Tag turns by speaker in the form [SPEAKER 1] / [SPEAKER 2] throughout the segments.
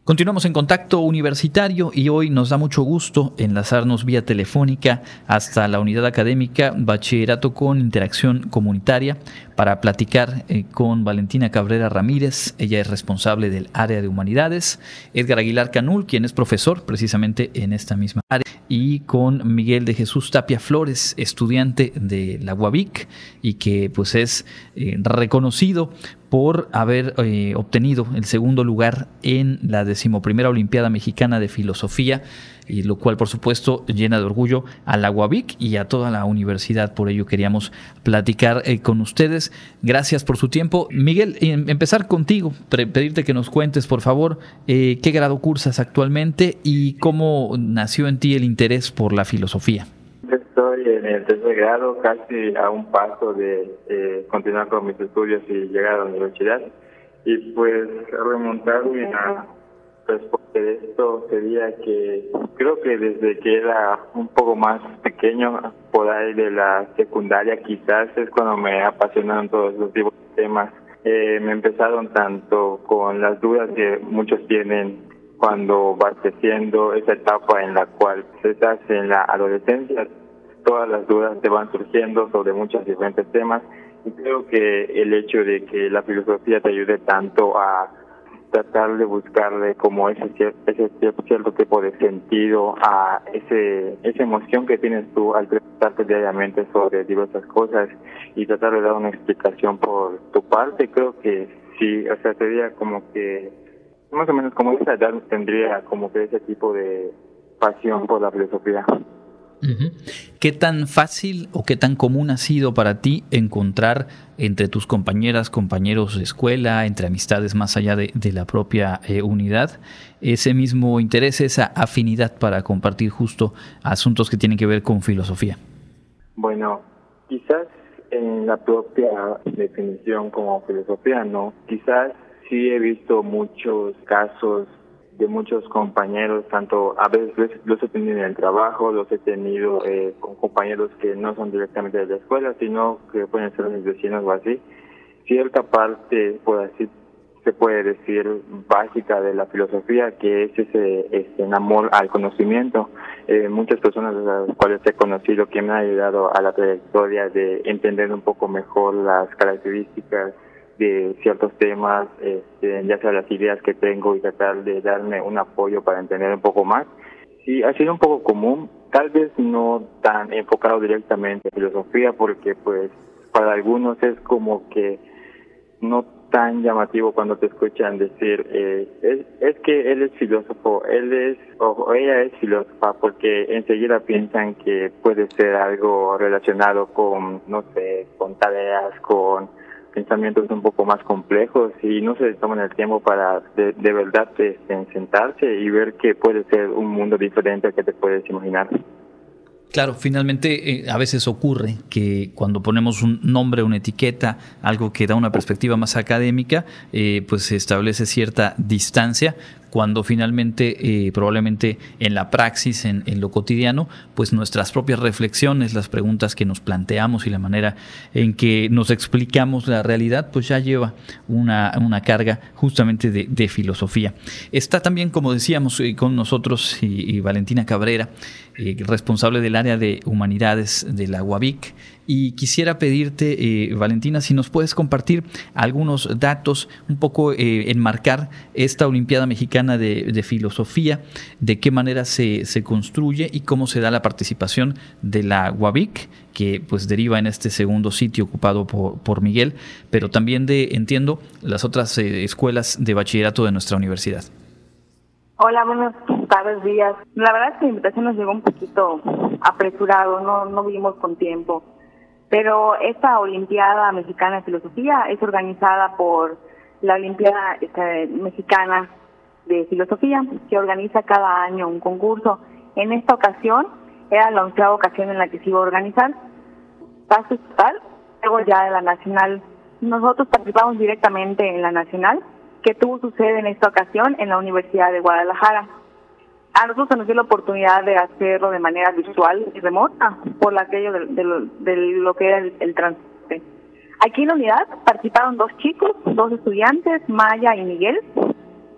[SPEAKER 1] Continuamos en Contacto Universitario y hoy nos da mucho gusto enlazarnos vía telefónica hasta la unidad académica Bachillerato con Interacción Comunitaria para platicar con Valentina Cabrera Ramírez. Ella es responsable del área de Humanidades, Edgar Aguilar Canul, quien es profesor precisamente en esta misma área, y con Miguel de Jesús Tapia Flores, estudiante de la UABIC y que pues es reconocido por haber obtenido el segundo lugar en la 11ª Olimpiada Mexicana de Filosofía, y lo cual por supuesto llena de orgullo a la UABIC y a toda la universidad. Por ello queríamos platicar con ustedes. Gracias por su tiempo. Miguel, empezar contigo, pedirte que nos cuentes por favor qué grado cursas actualmente y cómo nació en ti el interés por la filosofía.
[SPEAKER 2] Estoy en el tercer grado, casi a un paso de continuar con mis estudios y llegar a la universidad. Y pues remontarme a respuesta de esto sería que creo que desde que era un poco más pequeño, por ahí de la secundaria quizás, es cuando me apasionaron todos los tipos de temas. Me empezaron tanto con las dudas que muchos tienen cuando vas creciendo, esa etapa en la cual estás en la adolescencia. Todas las dudas te van surgiendo sobre muchos diferentes temas, y creo que el hecho de que la filosofía te ayude tanto a tratar de buscarle como ese cierto tipo de sentido a esa emoción que tienes tú al preguntarte diariamente sobre diversas cosas y tratar de dar una explicación por tu parte, creo que sí, o sea, sería como que más o menos como esa edad tendría como que ese tipo de pasión por la filosofía.
[SPEAKER 1] Uh-huh. ¿Qué tan fácil o qué tan común ha sido para ti encontrar entre tus compañeros de escuela, entre amistades más allá de la propia unidad, ese mismo interés, esa afinidad para compartir justo asuntos que tienen que ver con filosofía?
[SPEAKER 2] Bueno, quizás en la propia definición como filosofía, ¿no? Quizás sí he visto muchos casos de muchos compañeros, tanto a veces los he tenido en el trabajo, los he tenido con compañeros que no son directamente de la escuela, sino que pueden ser mis vecinos o así. Cierta parte, por así se puede decir, básica de la filosofía, que es ese amor al conocimiento. Muchas personas a las cuales he conocido que me han ayudado a la trayectoria de entender un poco mejor las características de ciertos temas, ya sea las ideas que tengo, y tratar de darme un apoyo para entender un poco más. Sí, ha sido un poco común, tal vez no tan enfocado directamente en filosofía, porque pues para algunos es como que no tan llamativo cuando te escuchan decir es que él es filósofo, él es o ella es filósofa, porque enseguida piensan que puede ser algo relacionado con, no sé, con tareas, con pensamientos un poco más complejos, y no se toman el tiempo para de verdad sentarse y ver que puede ser un mundo diferente al que te puedes imaginar.
[SPEAKER 1] Claro, finalmente a veces ocurre que cuando ponemos un nombre, una etiqueta, algo que da una perspectiva más académica, pues se establece cierta distancia, cuando finalmente probablemente en la praxis, en lo cotidiano, pues nuestras propias reflexiones, las preguntas que nos planteamos y la manera en que nos explicamos la realidad, pues ya lleva una carga justamente de filosofía. Está también, como decíamos, con nosotros y Valentina Cabrera, responsable del área de Humanidades de la UABIC, y quisiera pedirte, Valentina, si nos puedes compartir algunos datos, un poco enmarcar esta Olimpiada Mexicana de Filosofía, de qué manera se construye y cómo se da la participación de la UABIC, que pues deriva en este segundo sitio ocupado por Miguel, pero también entiendo, las otras escuelas de bachillerato de nuestra universidad.
[SPEAKER 3] Hola, buenos tardes, días. La verdad es que la invitación nos llegó un poquito apresurado, no vimos con tiempo. Pero esta Olimpiada Mexicana de Filosofía es organizada por la Olimpiada Mexicana de Filosofía, que organiza cada año un concurso. En esta ocasión era la 11ª ocasión en la que se iba a organizar. Paso estatal, luego ya de la nacional. Nosotros participamos directamente en la nacional, que tuvo su sede en esta ocasión en la Universidad de Guadalajara. A nosotros se nos dio la oportunidad de hacerlo de manera virtual y remota, por aquello de lo que era el transporte. Aquí en la unidad participaron 2 chicos, 2 estudiantes, Maya y Miguel.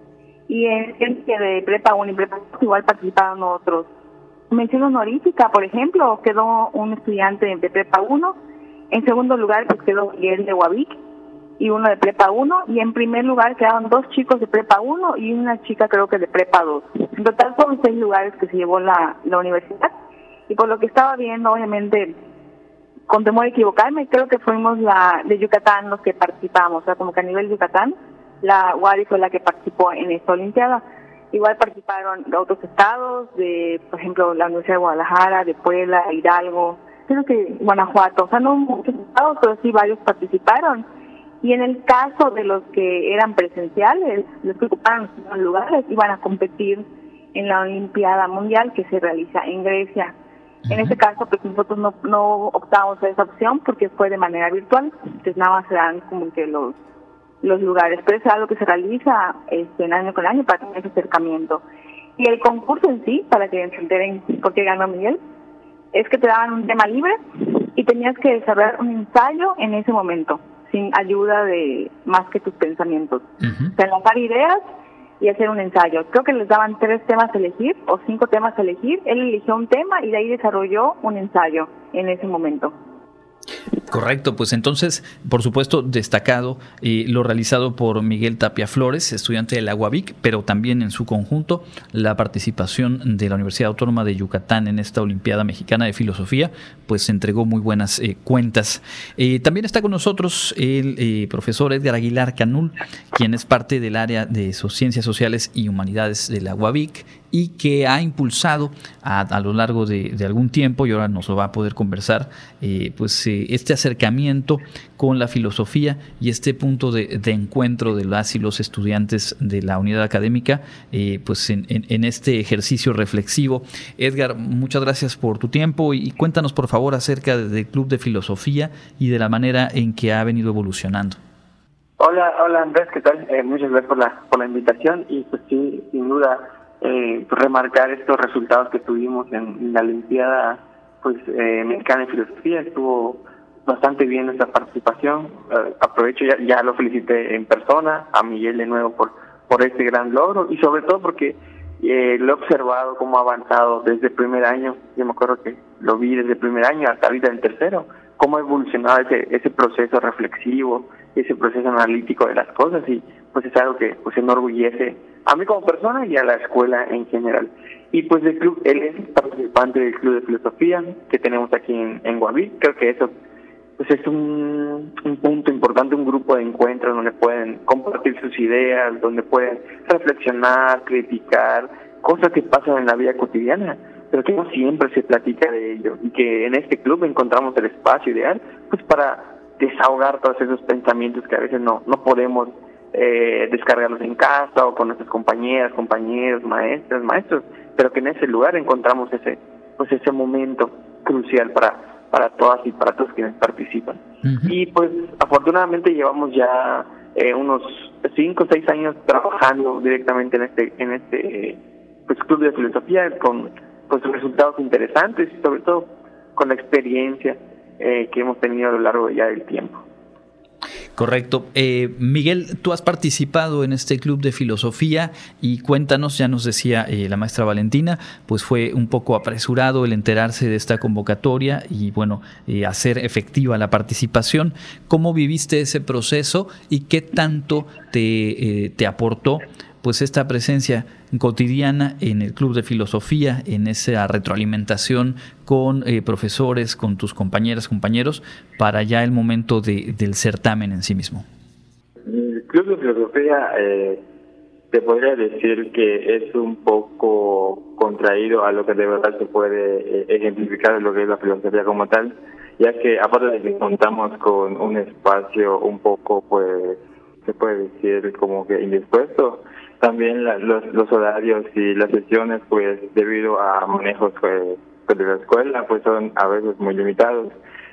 [SPEAKER 3] y en que de prepa 1 y prepa 2 igual participaron otros. Mención honorífica, por ejemplo, quedó un estudiante de prepa 1, en segundo lugar pues quedó Miguel de UABIC y uno de prepa 1, y en primer lugar quedaron 2 chicos de prepa 1 y una chica creo que de prepa 2. En total fueron 6 lugares que se llevó la universidad, y por lo que estaba viendo, obviamente, con temor a equivocarme, creo que fuimos la de Yucatán los que participamos, o sea, como que a nivel Yucatán, la UADY fue la que participó en esta olimpiada. Igual participaron de otros estados, de, por ejemplo, la Universidad de Guadalajara, de Puebla, Hidalgo, creo que Guanajuato, o sea, no muchos estados, pero sí varios participaron. Y en el caso de los que eran presenciales, los que ocuparon los lugares, iban a competir en la Olimpiada Mundial que se realiza en Grecia. En este caso, pues nosotros no optamos a esa opción porque fue de manera virtual, entonces nada más se dan como que los lugares, pero es algo que se realiza año con año para tener ese acercamiento. Y el concurso en sí, para que se enteren por qué ganó Miguel, es que te daban un tema libre y tenías que desarrollar un ensayo en ese momento, sin ayuda de más que tus pensamientos. O sea, lanzar ideas y hacer un ensayo. Creo que les daban 3 temas a elegir o 5 temas a elegir. Él eligió un tema y de ahí desarrolló un ensayo en ese momento.
[SPEAKER 1] Correcto, pues entonces, por supuesto, destacado lo realizado por Miguel Tapia Flores, estudiante de la UABIC, pero también en su conjunto la participación de la Universidad Autónoma de Yucatán en esta Olimpiada Mexicana de Filosofía, pues se entregó muy buenas cuentas. También está con nosotros el profesor Edgar Aguilar Canul, quien es parte del área de Ciencias Sociales y Humanidades de la UABIC y que ha impulsado a lo largo de algún tiempo, y ahora nos lo va a poder conversar, este acercamiento con la filosofía y este punto de encuentro de las y los estudiantes de la unidad académica, pues en este ejercicio reflexivo. Edgar, muchas gracias por tu tiempo y cuéntanos por favor acerca del Club de Filosofía y de la manera en que ha venido evolucionando.
[SPEAKER 4] Hola Andrés, ¿qué tal? Muchas gracias por la invitación y pues sí, sin duda remarcar estos resultados que tuvimos en la Olimpiada Mexicana de Filosofía. Estuvo bastante bien nuestra participación. Aprovecho, ya lo felicité en persona a Miguel de nuevo por este gran logro y sobre todo porque lo he observado cómo ha avanzado desde el primer año. Yo me acuerdo que lo vi desde el primer año hasta ahorita en tercero, cómo ha evolucionado ese proceso reflexivo, ese proceso analítico de las cosas, y pues es algo que pues enorgullece a mí como persona y a la escuela en general. Y pues el club, él es participante del Club de Filosofía que tenemos aquí en UABIC. Creo que eso pues es un punto importante, un grupo de encuentros donde pueden compartir sus ideas, donde pueden reflexionar, criticar cosas que pasan en la vida cotidiana, pero que no siempre se platica de ello, y que en este club encontramos el espacio ideal pues para desahogar todos esos pensamientos que a veces no podemos descargarlos en casa o con nuestras compañeras, compañeros, maestras, maestros, pero que en ese lugar encontramos ese momento crucial para todas y para todos quienes participan. Uh-huh. Y pues afortunadamente llevamos ya unos 5 o 6 años trabajando directamente en este Club de Filosofía con resultados interesantes y sobre todo con la experiencia que hemos tenido a lo largo ya del tiempo.
[SPEAKER 1] Correcto. Miguel, tú has participado en este Club de Filosofía y cuéntanos, ya nos decía la maestra Valentina, pues fue un poco apresurado el enterarse de esta convocatoria y bueno, hacer efectiva la participación. ¿Cómo viviste ese proceso y qué tanto te aportó pues esta presencia cotidiana en el Club de Filosofía, en esa retroalimentación con profesores, con tus compañeras, compañeros, para ya el momento del certamen en sí mismo?
[SPEAKER 2] El Club de Filosofía te podría decir que es un poco contraído a lo que de verdad se puede ejemplificar en lo que es la filosofía como tal, ya que aparte de que contamos con un espacio un poco, pues, se puede decir como que indispuesto, también los horarios y las sesiones, pues debido a manejos de la escuela, pues son a veces muy limitados.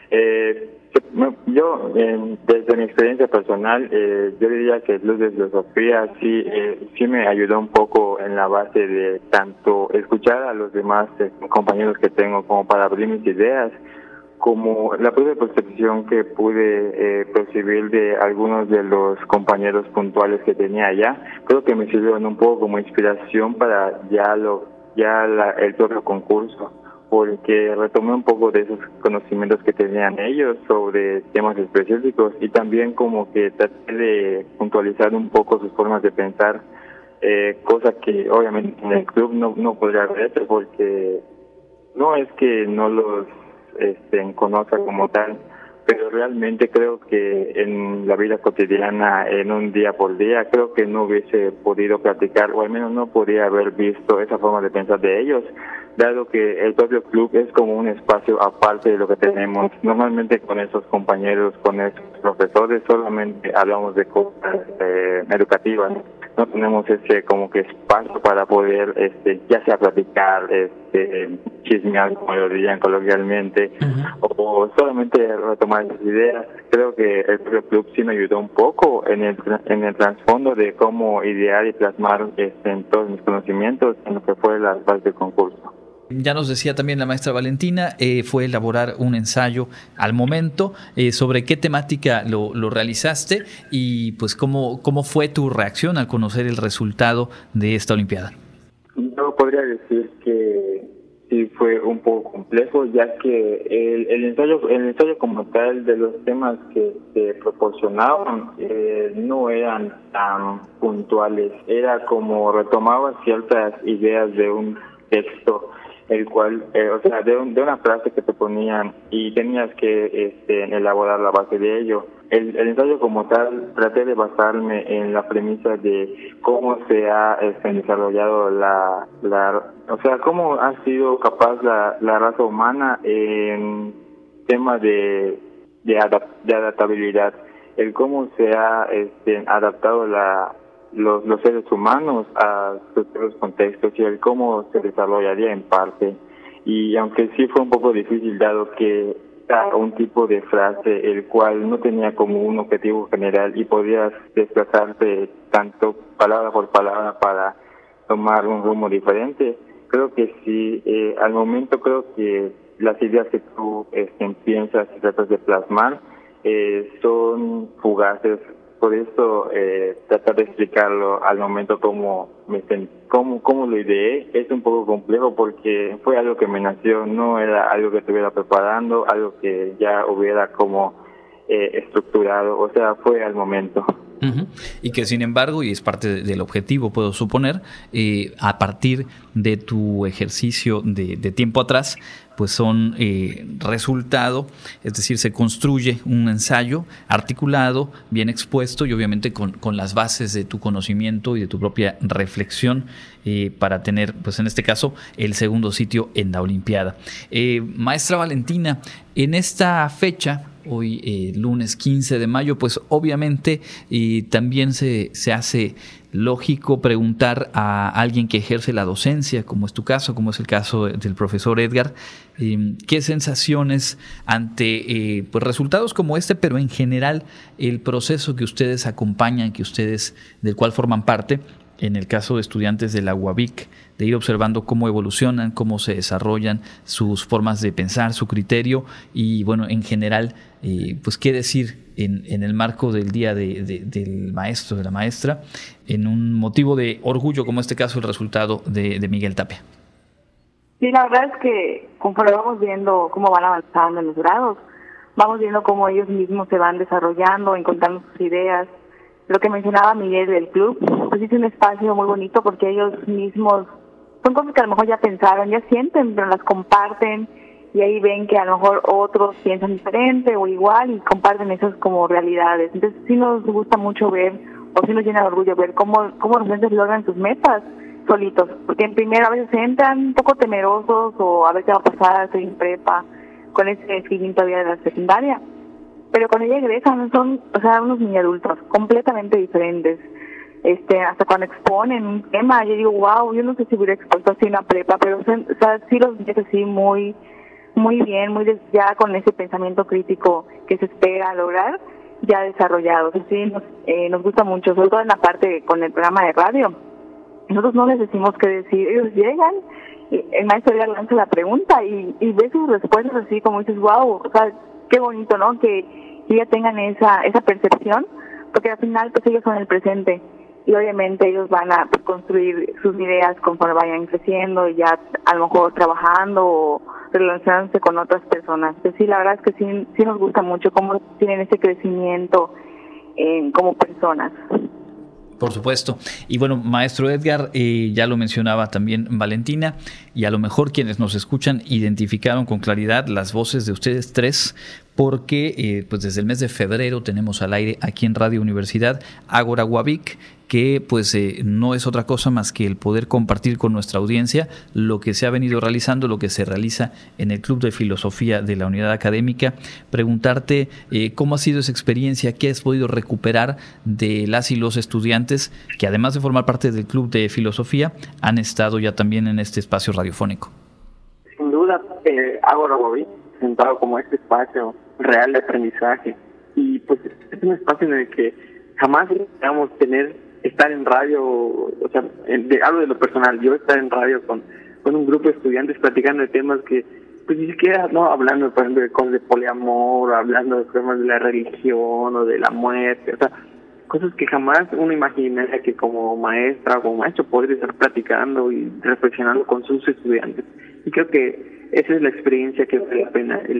[SPEAKER 2] Yo, desde mi experiencia personal, yo diría que el Club de Filosofía sí me ayudó un poco en la base de tanto escuchar a los demás compañeros que tengo como para abrir mis ideas, como la propia percepción que pude percibir de algunos de los compañeros puntuales que tenía allá, creo que me sirvieron un poco como inspiración para el propio concurso, porque retomé un poco de esos conocimientos que tenían ellos sobre temas específicos y también como que traté de puntualizar un poco sus formas de pensar, cosa que obviamente en el club no podría haber hecho, porque no es que no los conozca como tal, pero realmente creo que en la vida cotidiana, en un día por día, creo que no hubiese podido platicar, o al menos no podría haber visto esa forma de pensar de ellos, dado que el propio club es como un espacio aparte de lo que tenemos. Normalmente con esos compañeros, con esos profesores, solamente hablamos de cosas educativas. No tenemos ese como que espacio para poder ya sea platicar, chismear, como lo dirían coloquialmente, o solamente retomar esas ideas. Creo que el propio club sí me ayudó un poco en el trasfondo de cómo idear y plasmar en todos mis conocimientos en lo que fue la parte del concurso.
[SPEAKER 1] Ya nos decía también la maestra Valentina, fue elaborar un ensayo al momento. ¿Sobre qué temática lo realizaste y pues cómo fue tu reacción al conocer el resultado de esta Olimpiada?
[SPEAKER 2] Yo podría decir que sí fue un poco complejo, ya que el ensayo como tal de los temas que se proporcionaban no eran tan puntuales, era como retomaba ciertas ideas de un texto, el cual, de una frase que te ponían y tenías que elaborar la base de ello. El ensayo como tal, traté de basarme en la premisa de cómo se ha desarrollado cómo ha sido capaz la raza humana en temas de adaptabilidad, el cómo se ha adaptado los seres humanos a sus propios contextos y el cómo se desarrollaría en parte. Y aunque sí fue un poco difícil, dado que era un tipo de frase el cual no tenía como un objetivo general y podías desplazarte tanto palabra por palabra para tomar un rumbo diferente, creo que sí, al momento creo que las ideas que tú piensas y tratas de plasmar son fugaces. Por eso tratar de explicarlo al momento cómo lo ideé es un poco complejo, porque fue algo que me nació, no era algo que estuviera preparando, algo que ya hubiera como estructurado, o sea, fue al momento.
[SPEAKER 1] Y que sin embargo, y es parte del objetivo, puedo suponer, a partir de tu ejercicio de tiempo atrás, pues son resultado, es decir, se construye un ensayo articulado, bien expuesto y obviamente con las bases de tu conocimiento y de tu propia reflexión para tener, pues en este caso, el segundo sitio en la Olimpiada. Maestra Valentina, en esta fecha, hoy lunes 15 de mayo, pues obviamente también se hace lógico preguntar a alguien que ejerce la docencia, como es tu caso, como es el caso del profesor Edgar, qué sensaciones ante pues resultados como este, pero en general el proceso que ustedes acompañan, del cual forman parte, en el caso de estudiantes de la UABIC, de ir observando cómo evolucionan, cómo se desarrollan sus formas de pensar, su criterio y bueno, en general, pues qué decir en el marco del día del maestro, de la maestra, en un motivo de orgullo como este caso el resultado de Miguel Tapia.
[SPEAKER 3] Sí, la verdad es que conforme vamos viendo cómo van avanzando en los grados, vamos viendo cómo ellos mismos se van desarrollando, encontrando sus ideas. Lo que mencionaba Miguel del club, pues es un espacio muy bonito porque ellos mismos son cosas que a lo mejor ya pensaron, ya sienten, pero las comparten y ahí ven que a lo mejor otros piensan diferente o igual y comparten esas como realidades. Entonces sí nos gusta mucho ver, o sí nos llena de orgullo ver cómo los estudiantes logran sus metas solitos, porque en primero a veces entran un poco temerosos o a ver qué va a pasar, estoy en prepa, con ese feeling todavía de la secundaria. Pero cuando ya egresan son, unos niños adultos completamente diferentes. Hasta cuando exponen un tema, yo digo, wow, yo no sé si hubiera expuesto así una prepa, pero sí los ves así muy bien, ya con ese pensamiento crítico que se espera lograr, ya desarrollados. Sí, nos gusta mucho, sobre todo en la parte con el programa de radio. nosotros no les decimos qué decir, ellos llegan, y el maestro ya lanza la pregunta y ve sus respuestas así como dices, wow, o sea, qué bonito, ¿no? Que ya tengan esa percepción, porque al final pues ellos son el presente y obviamente ellos van a construir sus ideas conforme vayan creciendo y ya a lo mejor trabajando o relacionándose con otras personas. Pues sí, la verdad es que sí nos gusta mucho cómo tienen ese crecimiento como personas.
[SPEAKER 1] Por supuesto. Y bueno, maestro Edgar, ya lo mencionaba también Valentina, y a lo mejor quienes nos escuchan identificaron con claridad las voces de ustedes tres, porque pues desde el mes de febrero tenemos al aire aquí en Radio Universidad Ágora Guavic, que pues no es otra cosa más que el poder compartir con nuestra audiencia lo que se ha venido realizando, lo que se realiza en el Club de Filosofía de la Unidad Académica. Preguntarte cómo ha sido esa experiencia, qué has podido recuperar de las y los estudiantes que además de formar parte del Club de Filosofía han estado ya también en este espacio radiofónico.
[SPEAKER 4] Sin duda, Ágora Guavic presentado como este espacio real de aprendizaje, y pues es un espacio en el que jamás esperamos estar en radio, o sea, hablo de lo personal, yo estar en radio con un grupo de estudiantes platicando de temas que pues ni siquiera, no hablando por ejemplo de cosas de poliamor, hablando de temas de la religión o de la muerte, o sea, cosas que jamás uno imaginaría que como maestra o como maestro podría estar platicando y reflexionando con sus estudiantes. Y creo que esa es la experiencia que vale la pena, el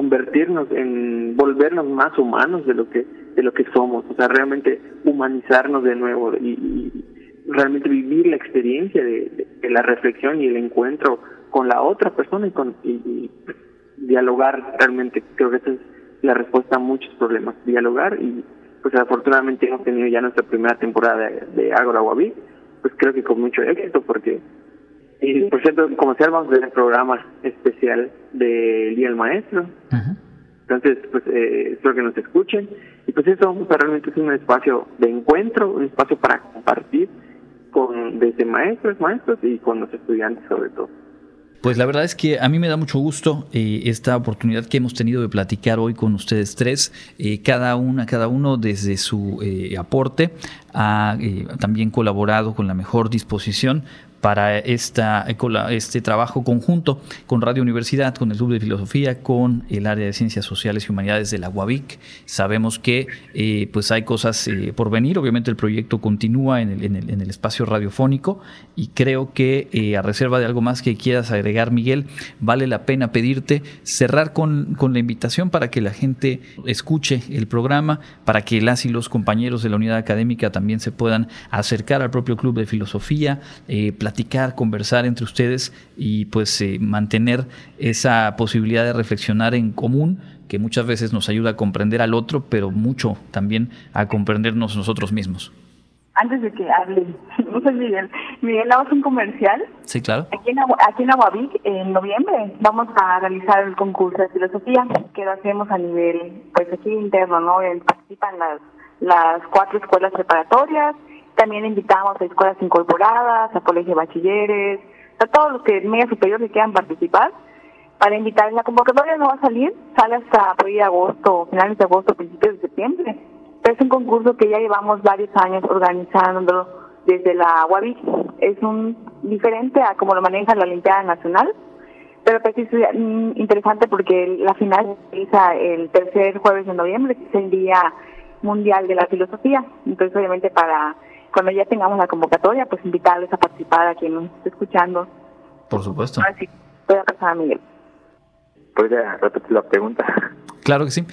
[SPEAKER 4] volvernos más humanos de lo que somos, o sea, realmente humanizarnos de nuevo y realmente vivir la experiencia de la reflexión y el encuentro con la otra persona y dialogar. Realmente creo que esa es la respuesta a muchos problemas, dialogar. Y pues afortunadamente hemos tenido ya nuestra primera temporada de Ágora Guavic, pues creo que con mucho éxito, porque y por cierto, comercial, vamos a ver el programa especial del Día del Maestro. Uh-huh. Entonces, pues espero que nos escuchen. Y pues eso realmente es un espacio de encuentro, un espacio para compartir desde maestros y con los estudiantes sobre todo.
[SPEAKER 1] Pues la verdad es que a mí me da mucho gusto esta oportunidad que hemos tenido de platicar hoy con ustedes tres, cada uno desde su aporte ha también colaborado con la mejor disposición para este trabajo conjunto con Radio Universidad, con el Club de Filosofía, con el área de Ciencias Sociales y Humanidades de la UABIC. Sabemos que pues hay cosas por venir. Obviamente el proyecto continúa en el espacio radiofónico, y creo que a reserva de algo más que quieras agregar, Miguel, vale la pena pedirte cerrar con la invitación para que la gente escuche el programa, para que las y los compañeros de la unidad académica también se puedan acercar al propio Club de Filosofía, platicar, conversar entre ustedes y pues mantener esa posibilidad de reflexionar en común, que muchas veces nos ayuda a comprender al otro, pero mucho también a comprendernos nosotros mismos.
[SPEAKER 3] Antes de que hable, no sé, Miguel, ¿damos un comercial?
[SPEAKER 1] Sí, claro.
[SPEAKER 3] Aquí en Aguavic, en noviembre, vamos a realizar el concurso de filosofía, que lo hacemos a nivel, pues aquí interno, ¿no? Participan las 4 escuelas preparatorias. También invitamos a escuelas incorporadas, a colegios de bachilleres, a todos los que en media superior que quieran participar, para invitar. La convocatoria no va a salir, sale hasta por ahí agosto, finales de agosto, principios de septiembre. Pero es un concurso que ya llevamos varios años organizándolo desde la UABIC. Es diferente a como lo maneja la Olimpiada Nacional, pero pues es interesante porque la final se realiza el tercer jueves de noviembre, que es el Día Mundial de la Filosofía. Entonces, obviamente, para cuando ya tengamos la convocatoria, pues invitarles a participar a quien nos esté escuchando.
[SPEAKER 1] Por supuesto.
[SPEAKER 3] Ahora sí, voy a pasar a Miguel.
[SPEAKER 2] ¿Podría repetir la pregunta?
[SPEAKER 1] Claro que sí.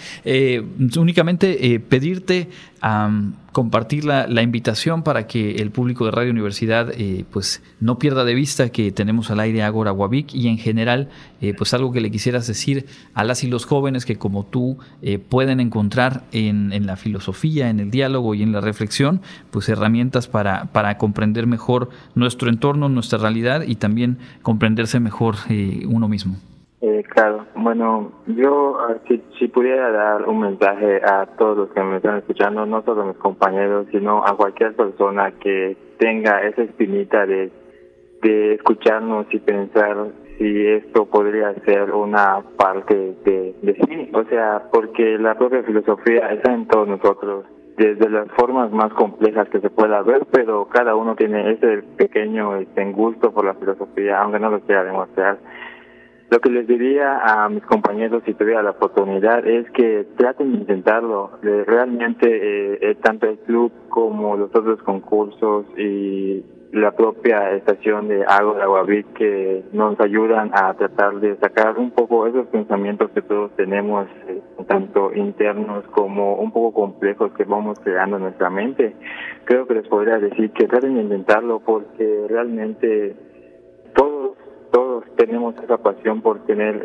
[SPEAKER 1] Únicamente pedirte compartir la invitación para que el público de Radio Universidad pues no pierda de vista que tenemos al aire Ágora Guavic, y en general pues algo que le quisieras decir a las y los jóvenes que como tú pueden encontrar en la filosofía, en el diálogo y en la reflexión, pues herramientas para comprender mejor nuestro entorno, nuestra realidad, y también comprenderse mejor uno mismo.
[SPEAKER 2] Claro, bueno, yo si pudiera dar un mensaje a todos los que me están escuchando, no solo a mis compañeros, sino a cualquier persona que tenga esa espinita de escucharnos y pensar si esto podría ser una parte de sí, o sea, porque la propia filosofía está en todos nosotros, desde las formas más complejas que se pueda ver, pero cada uno tiene ese pequeño gusto por la filosofía, aunque no lo quiera demostrar. Lo que les diría a mis compañeros si tuviera la oportunidad es que traten de intentarlo. Realmente tanto el club como los otros concursos y la propia estación de Ágora Guavic que nos ayudan a tratar de sacar un poco esos pensamientos que todos tenemos, tanto internos como un poco complejos que vamos creando en nuestra mente. Creo que les podría decir que traten de intentarlo porque realmente todos tenemos esa pasión por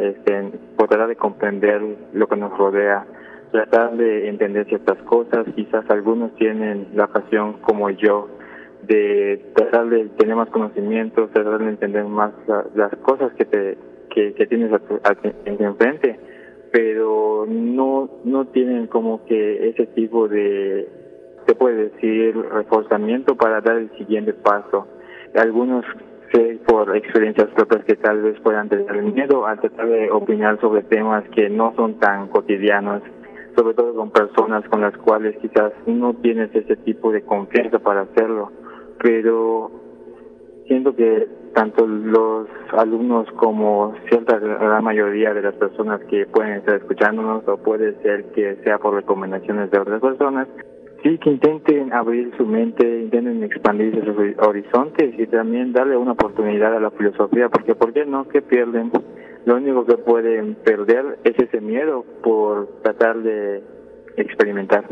[SPEAKER 2] por tratar de comprender lo que nos rodea, tratar de entender ciertas cosas. Quizás algunos tienen la pasión como yo de tratar de tener más conocimientos, tratar de entender más las cosas que tienes enfrente, pero no tienen como que ese tipo de, se puede decir, reforzamiento para dar el siguiente paso. Algunos sé por experiencias propias que tal vez puedan tener miedo a tratar de opinar sobre temas que no son tan cotidianos, sobre todo con personas con las cuales quizás no tienes ese tipo de confianza para hacerlo. Pero siento que tanto los alumnos como cierta gran mayoría de las personas que pueden estar escuchándonos, o puede ser que sea por recomendaciones de otras personas, sí que intenten abrir su mente, intenten expandir sus horizontes y también darle una oportunidad a la filosofía, porque ¿por qué no? ¿Qué pierden? Lo único que pueden perder es ese miedo por tratar de experimentar.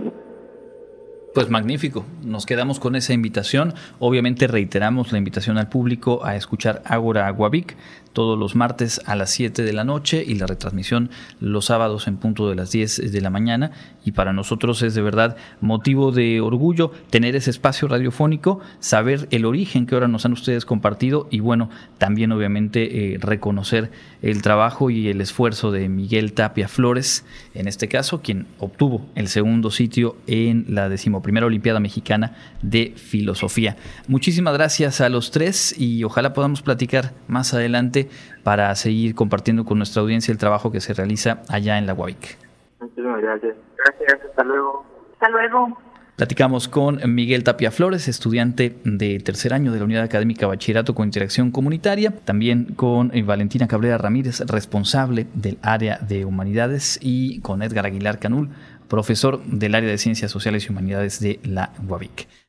[SPEAKER 1] Pues magnífico, nos quedamos con esa invitación. Obviamente reiteramos la invitación al público a escuchar Ágora Guavic todos los martes a las 7 de la noche y la retransmisión los sábados en punto de las 10 de la mañana. Y para nosotros es de verdad motivo de orgullo tener ese espacio radiofónico, saber el origen que ahora nos han ustedes compartido y bueno, también obviamente reconocer el trabajo y el esfuerzo de Miguel Tapia Flores, en este caso, quien obtuvo el segundo sitio en la 11ª Olimpiada Mexicana de Filosofía. Muchísimas gracias a los tres y ojalá podamos platicar más adelante para seguir compartiendo con nuestra audiencia el trabajo que se realiza allá en la Guavic.
[SPEAKER 2] Muchísimas gracias. Gracias, hasta luego.
[SPEAKER 3] Hasta luego.
[SPEAKER 1] Platicamos con Miguel Tapia Flores, estudiante de tercer año de la Unidad Académica Bachillerato con Interacción Comunitaria, también con Valentina Cabrera Ramírez, responsable del área de Humanidades, y con Edgar Aguilar Canul, profesor del área de Ciencias Sociales y Humanidades de la Guavic.